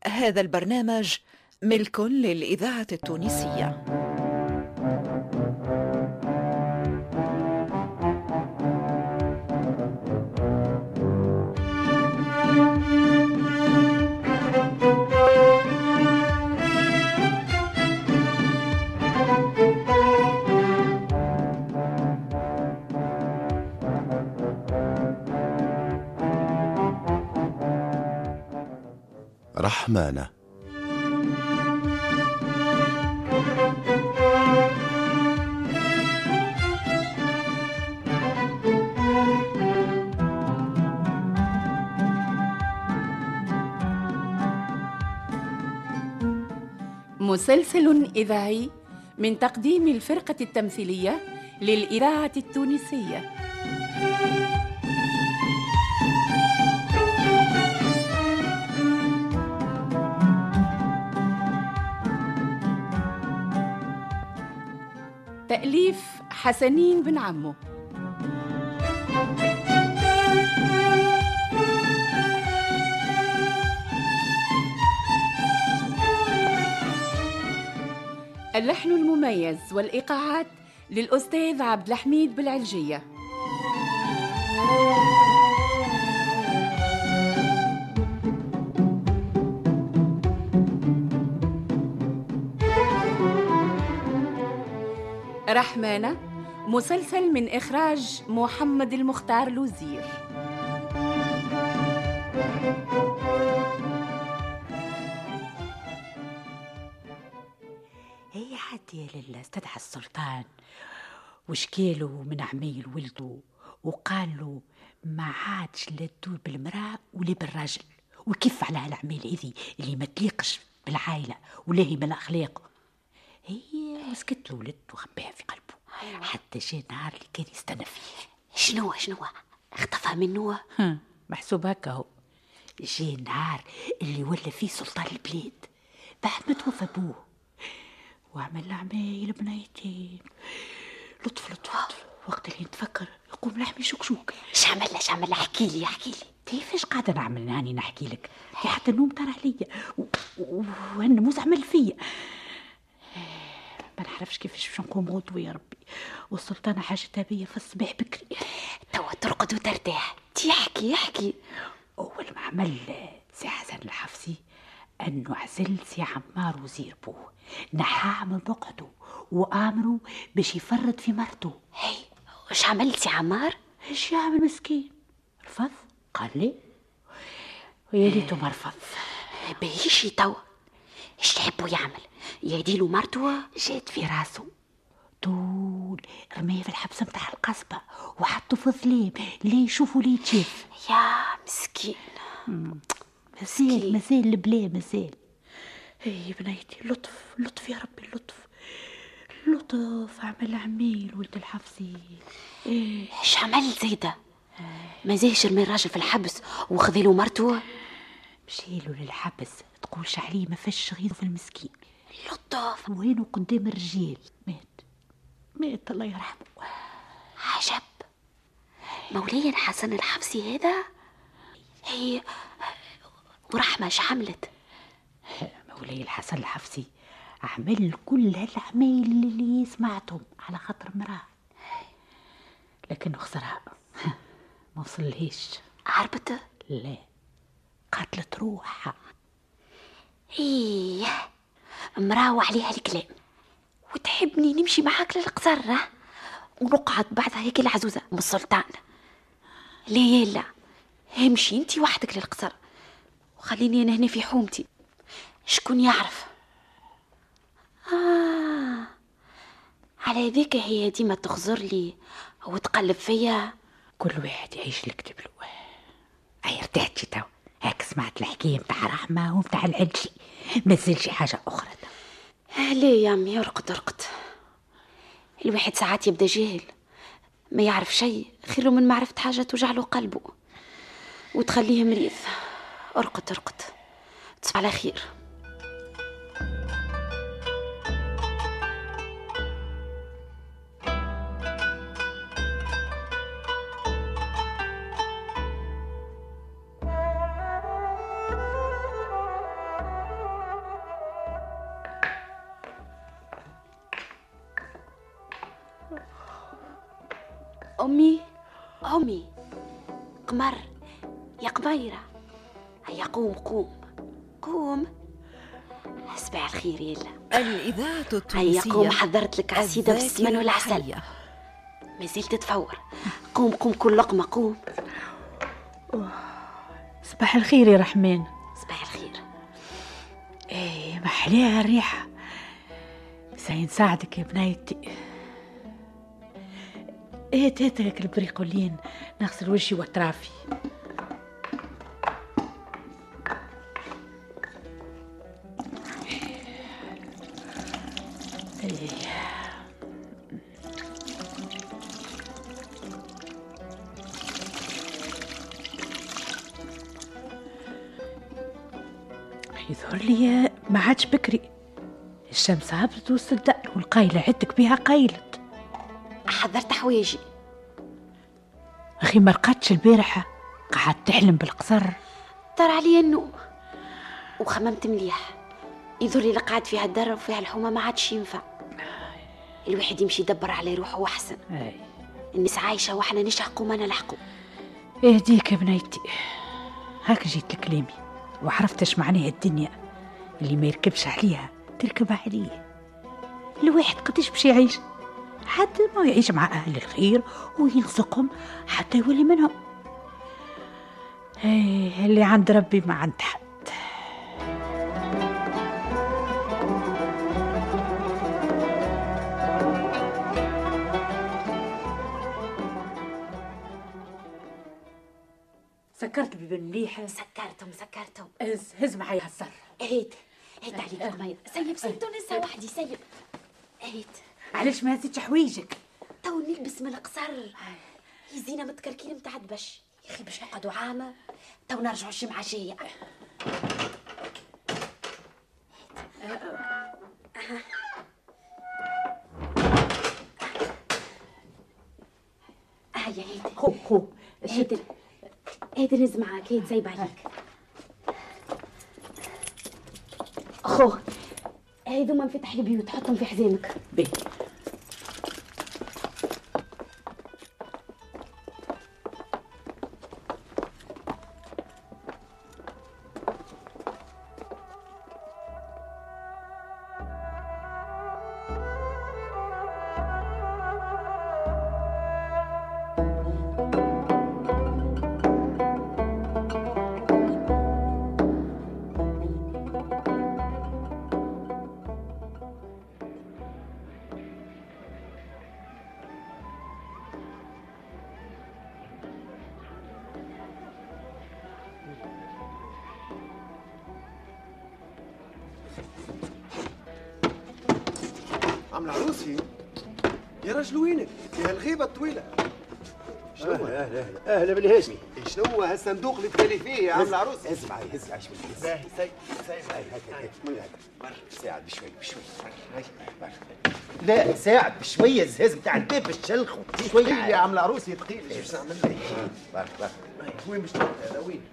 هذا البرنامج ملك للإذاعة التونسية. رحمانة. مسلسل إذاعي من تقديم الفرقة التمثيلية للإذاعة التونسية. تأليف حسنين بن عمو. اللحن المميز والإيقاعات للأستاذ عبد الحميد بالعلجية. رحمانة مسلسل من إخراج محمد المختار لوزير. هي حتى يا لله استدعى السلطان وشكيله من عميل ولده وقال له ما عادش لا تدور بالمرأة ولا بالرجل، وكيف على هالعميل هذي اللي ما تليقش بالعائلة ولا هي من أخلاقه. هي مسكت له ولد وخباها في قلبه حتى جاء النهار اللي كان يستنى فيه. شنو اختفى منه؟ محسوب هكا هو. جاء النهار اللي ولا فيه سلطان البلاد بعد ما توفى ابوه، وعمل العمايل بنيتين لطف وقت اللي نتفكر يقوم لحمي شكشوك. اش عمل احكي لي كيفاش قاعده نعمل اني نحكي لك؟ في حتى النوم طار عليا والنموس عمل فيا، ما نعرفش كيفاش باش نقوم غدوه يا ربي، والسلطانه حاجتها بيا في الصباح بكري. توا ترقد وترتاح. احكي. اول ما عمل سي حسن الحفصي انه عزل سي عمار وزير بوه، نحاه من مقعده وامره باش يفرط في مرته. هي واش عمل سي عمار؟ ايش يعمل مسكين؟ رفض، قال لي ويا ريته ما رفض. بيشي توا ايش تحبوا يعمل؟ يديلو مرته جات في راسه طول رميه في الحبس متاع القصبة وحطه في الظلام ليه يشوفوا ليه يتشاف. يا مسكين. مسال البلا مسال. هي بنيتي لطف يا ربي لطف عمل عميل ولد الحفصي. ايش عمل زيده؟ ما زيش رمي الراجل في الحبس وخذيله مرته؟ مشيلو للحبس تقولش عليه ما فش غيظه في المسكين. لطف وينه قدام الرجال مات الله يرحمه. عجب. مولاي حسن الحفصي هذا؟ هي ورحمة اش عملت؟ مولاي الحسن الحفصي عمل كل هالعمايل اللي سمعتهم على خاطر مراه، لكنه خسرها ما وصلهيش. عربت؟ لا، قتلت روحها. ايه مراوع عليها الكلام. وتحبني نمشي معاك للقصر ونقعد بعدها هيك العزوزة من السلطان؟ لا امشي انتي وحدك للقصر وخليني انا هنا في حومتي، شكون يعرف. على ذيك هي ديما تخزر لي وتقلب فيا. كل واحد يعيش اللي كتب له. هاي ارتحتي تو هاك سمعت الحكايه متاع رحمه ومتاع العلجي، ما زال شي حاجه اخرى. ليه يا امي؟ ارقد. الواحد ساعات يبدا جاهل ما يعرف شيء، خير من معرفة حاجة توجع له قلبه وتخليه مريض. ارقد تصبح على خير. أمي قمر يا قميرة، هيا قوم قوم قوم. صباح الخير يلا. الإذاعة التونسية. هيا قوم، حضرت لك عصيدة بالسمن والعسل، ما زلت تفور. قوم قوم كل لقمة قوم. صباح الخير يا رحمن. صباح الخير. ايه محليها الريحة. زين ساعدك يا بنيتي. ايه تاتك البريقولين نغسل وجهي واطرافي. يظهر لي ما عادش بكري، الشمس هبطت والصدق والقايلة عدك بها قايلت. حضرت حوايجي. أخي ما رقدتش البارحة، قعدت تحلم بالقصر. طار علي النوم وخممت مليح. يظهر لي قعد فيها الدار وفيها الحومة ما عادش ينفع. الواحد يمشي يدبر على روحه وأحسن. الناس عايشة وإحنا نشحقوا ما نلحقوا. اهديك يا بنيتي، هاك جيت لكلامي وعرفتش معناها الدنيا اللي ما يركبش عليها تركب عليه. الواحد قديش باش يعيش حتى ما يعيش مع أهل الخير ويلصقهم حتى يولي منهم. اللي عند ربي ما عند حد. سكرت ببن مليحة. سكرتهم. هز معايا هالزر. هيت عليك يا قمير. سيب تونسها وحدي سيب. هيت. علاش ما هزيتش حويجك؟ تو نلبس من القصر. يزينا متكركين متعدبش يا اخي باش نقعدوا عامة. تو نرجعوا الجمعة جاية. هيا خو هيدا نز معاك. هيدا سايب عليك. خو هيدو ما انفتح البيوت، حطهم في حزامك. بي عم العروسي يا رجل وينك؟ في هالغيبة الطويلة. شنو؟ اهلا بالهاشمي. شنو هالصندوق اللي تكلي فيه يا عم العروسي؟ هز معي شوي. باهي سيب من هيك ساعد بشوي. لا ساعد بشوية. الزهاز بتاع الباب باش تشلخوا ثقيل يا عم العروسي ثقيل. ايش نعمل لك؟ بارك وين باش تروح هذا وين؟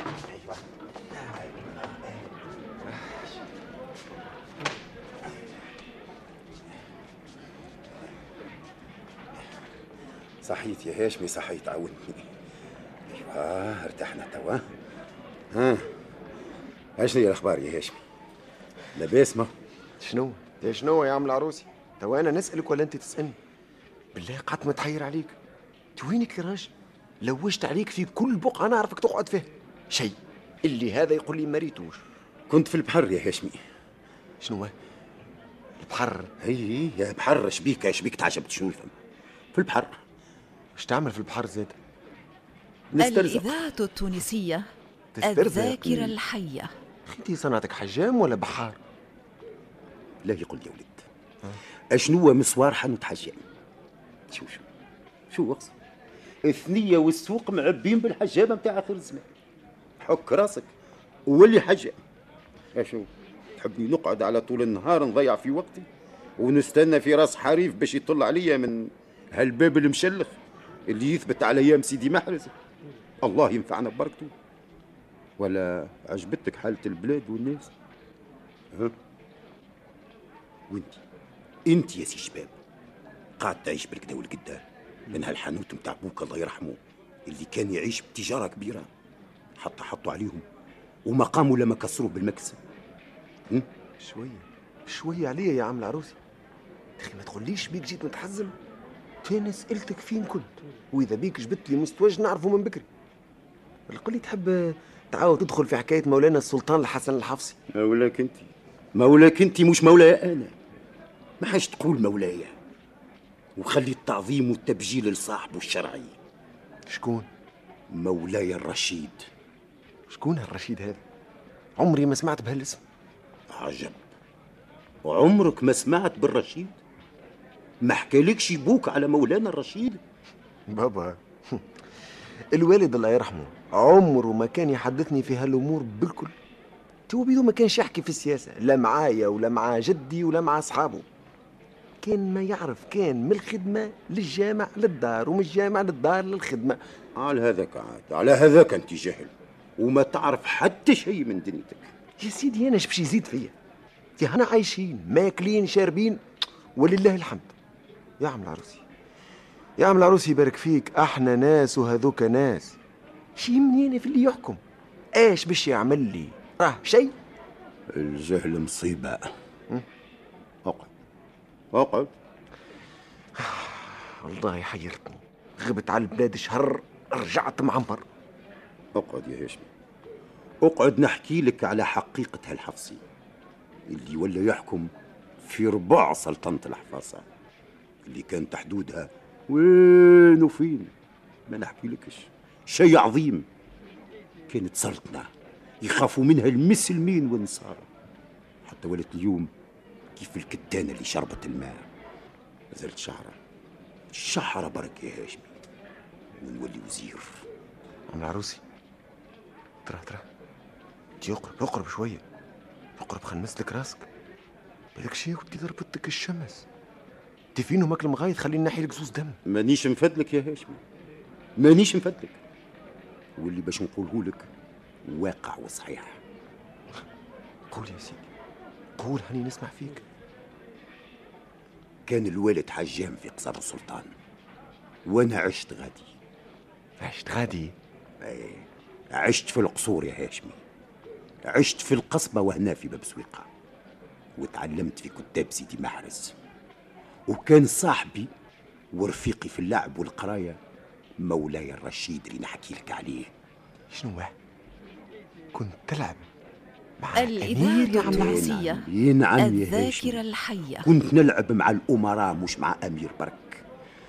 صحيت يا هاشمي صحيت عاودني. ايوه ارتحنا توا. ها اشنو هي الاخبار يا هاشمي؟ لاباس ما؟ شنو يا عم العروسي؟ تو انا نسالك ولا انت تسالني؟ بالله قعدت متحير عليك. وينك يا راجل؟ لوجت عليك في كل بقعه نعرفك تقعد فيها. شيء اللي هذا يقول لي ما ريتوش. كنت في البحر يا هاشمي. شنو البحر؟ اي يا بحر. شبيك تعجبت شنو في البحر؟ ايش تعمل في البحر زاد؟ نسترزق. الإذاعة التونسية. تسترزق. الذاكرة الحية. انت صنعتك حجام ولا بحار؟ لا يقول يا ولد اشنو مسوار حانوت حجام. شو اقصد؟ الثنية والسوق معبين بالحجامة متاع آخر الزمان. حك راسك وولي حجام. شو تحبني نقعد على طول النهار نضيع في وقتي ونستنى في راس حريف باش يطل عليا من هالباب المشلخ اللي يثبت على ايام سيدي محرز؟ الله ينفعنا ببركته. ولا عجبتك حالة البلاد والناس؟ ها؟ وانت يا سي شباب قاعد تعيش بالكدا والقدار من هالحانوت متاع بوك الله يرحمه اللي كان يعيش بتجاره كبيره، حتى حطوا عليهم وما قاموا لما كسروه بالمكسب. شويه عليا يا عم العروسي. اخي ما تقوليش بيك جيت متحزم. انا سالتك فين كنت، واذا بيك جبت لي مستوج نعرفه من بكري. قل لي تحب تعاود تدخل في حكايه مولانا السلطان الحسن الحفصي؟ مولاك انت مش مولاي انا. ما حاش تقول مولاي، وخلي التعظيم والتبجيل لصاحبه الشرعي. شكون؟ مولاي الرشيد. شكون هالرشيد هذا؟ عمري ما سمعت بهالاسم. عجب، عمرك ما سمعت بالرشيد؟ ما حكالكش بوك على مولانا الرشيد؟ بابا الوالد الله يرحمه عمره ما كان يحدثني في هالامور بالكل. تو بيدو ما كانش يحكي في السياسه، لا معايا ولا مع جدي ولا مع اصحابه. كان ما يعرف كان من الخدمه للجامع للدار، ومن الجامع للدار للخدمه. على هذاك عاد، على هذاك انت جهل وما تعرف حتى شيء من دنيتك. يا سيدي انا باش يزيد فيا؟ يا هنا عايشين ماكلين شاربين ولله الحمد. يا عم العروسي، يا عم العروسي يبارك فيك، احنا ناس وهذوك ناس. شي منين في اللي يحكم؟ ايش باش يعمل لي؟ راه شيء. الجهل مصيبه. اقعد. والله حيرتني، غبت على البلاد شهر رجعت معمر. اقعد يا هاشم، اقعد نحكي لك على حقيقة هالحفصي اللي ولا يحكم في ربع سلطنة الحفاصة اللي كانت حدودها وين وفين. ما نحكي لكش شيء عظيم. كانت سلطنة يخافوا منها المسلمين والنصارى، حتى ولت اليوم كيف الكتانة اللي شربت الماء. نزلت شعرة برك يا هاشمي ونولي وزير. عم العروسي ترى انت اقرب شويه، اقرب خل نمسلك راسك. بالك شي ودي ضربتك الشمس. انت فين ماكل مغايث خليني نحي لك زوز دم. مانيش مفدلك يا هاشمي، مانيش مفدلك. واللي باش نقوله لك واقع وصحيح. قول يا سيدي قول، هاني نسمع فيك. كان الوالد حجام في قصر السلطان، وانا عشت غادي. ايه عشت في القصور يا هاشمي، عشت في القصبة وهنا في باب سويقة، وتعلمت في كتاب سيدي محرز. وكان صاحبي ورفيقي في اللعب والقراية مولاي الرشيد اللي نحكي لك عليه. شنو كنت تلعب مع الإذاعة التونسية؟ نعم يا الذاكرة الحية. كنت نلعب مع الأمراء مش مع أمير برك.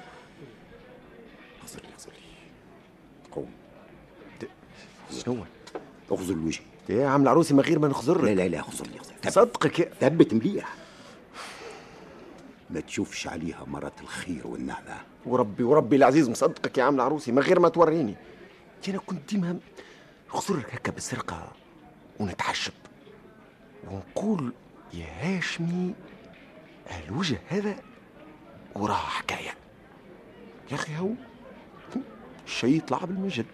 اغزر قوم. شنو؟ اغزر الوجه يا عم العروسي، ما غير ما نخزرك. لا اغزر لي. صدقك ثبت مليح، ما تشوفش عليها مرات الخير والنعمة. وربي العزيز مصدقك يا عم العروسي، ما غير ما توريني. انا كنت ديما نخزرك هكا بالسرقة ونتعشب ونقول يا هاشمي الوجه هذا وراه حكاية. يا أخي هو الشيء يطلع بالمجد.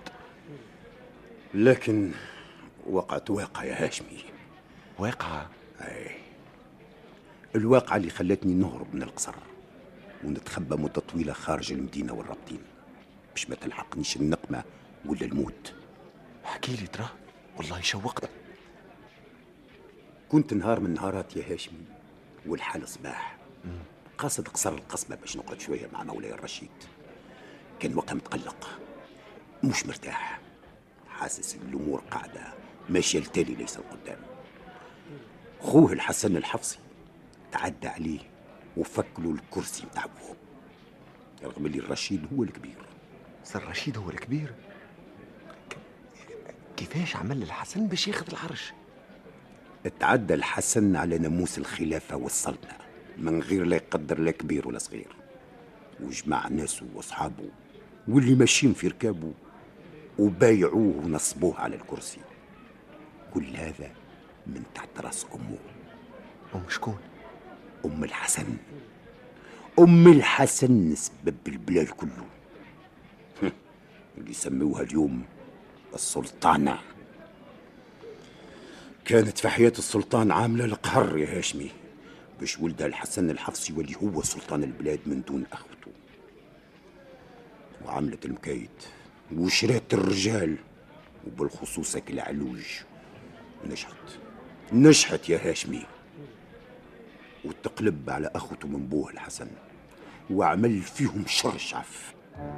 لكن وقعت واقع يا هاشمي. واقعة؟ أي، الواقعة اللي خلتني نهرب من القصر ونتخبى مدة طويلة خارج المدينة والرابطين باش ما تلحقنيش النقمة ولا الموت. احكي لي ترى، والله شوقتني. كنت نهار من نهارات يا هاشمي والحال صباح قاصد قصر القصبة باش نقعد شوية مع مولاي الرشيد. كان وقتها متقلق مش مرتاح، حاسس الأمور قاعدة ماشية التالي ليس القدام. خوه الحسن الحفصي تعدى عليه وفكلوا الكرسي متاع ابوه، رغم اللي الرشيد هو الكبير. صار الرشيد هو الكبير؟ كيفاش عمل الحسن باش ياخذ العرش؟ تعدى الحسن على ناموس الخلافة والسلطنة من غير لا يقدر لا كبير ولا صغير، وجمع ناسه واصحابه واللي ماشيين في ركابه وبايعوه ونصبوه على الكرسي. كل هذا من تحت راس امه. ام شكون؟ ام الحسن. ام الحسن سبب البلاد كله، اللي يسموها اليوم السلطانة. كانت في حياة السلطان عاملة القهر يا هاشمي باش ولدها الحسن الحفصي واللي هو سلطان البلاد من دون أخوته. وعملت المكايد وشريت الرجال، وبالخصوص هيك العلوج. نجحت يا هاشمي، وتقلب على أخوته من بوه الحسن وعمل فيهم شرشعف.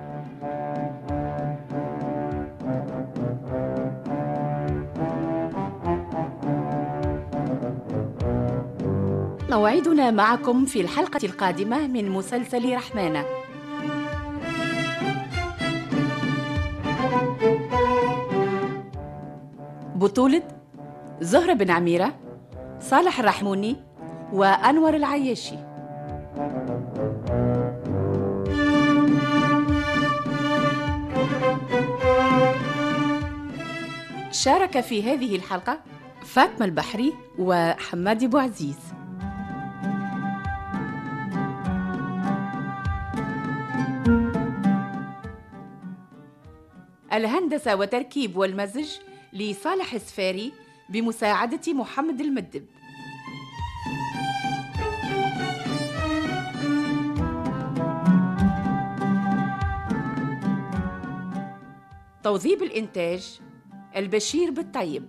موعدنا معكم في الحلقة القادمة من مسلسل رحمانة. بطولة زهرة بن عميرة، صالح الرحموني، وأنور العياشي. شارك في هذه الحلقة فاطمة البحري وحمادي بوعزيز. الهندسة وتركيب والمزج لصالح السفاري بمساعدة محمد المدب. توظيب الإنتاج البشير بالطيب.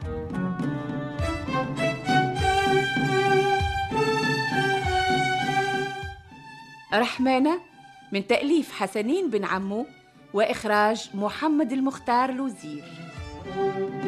رحمانة من تأليف حسنين بن عمو وإخراج محمد المختار لوزير.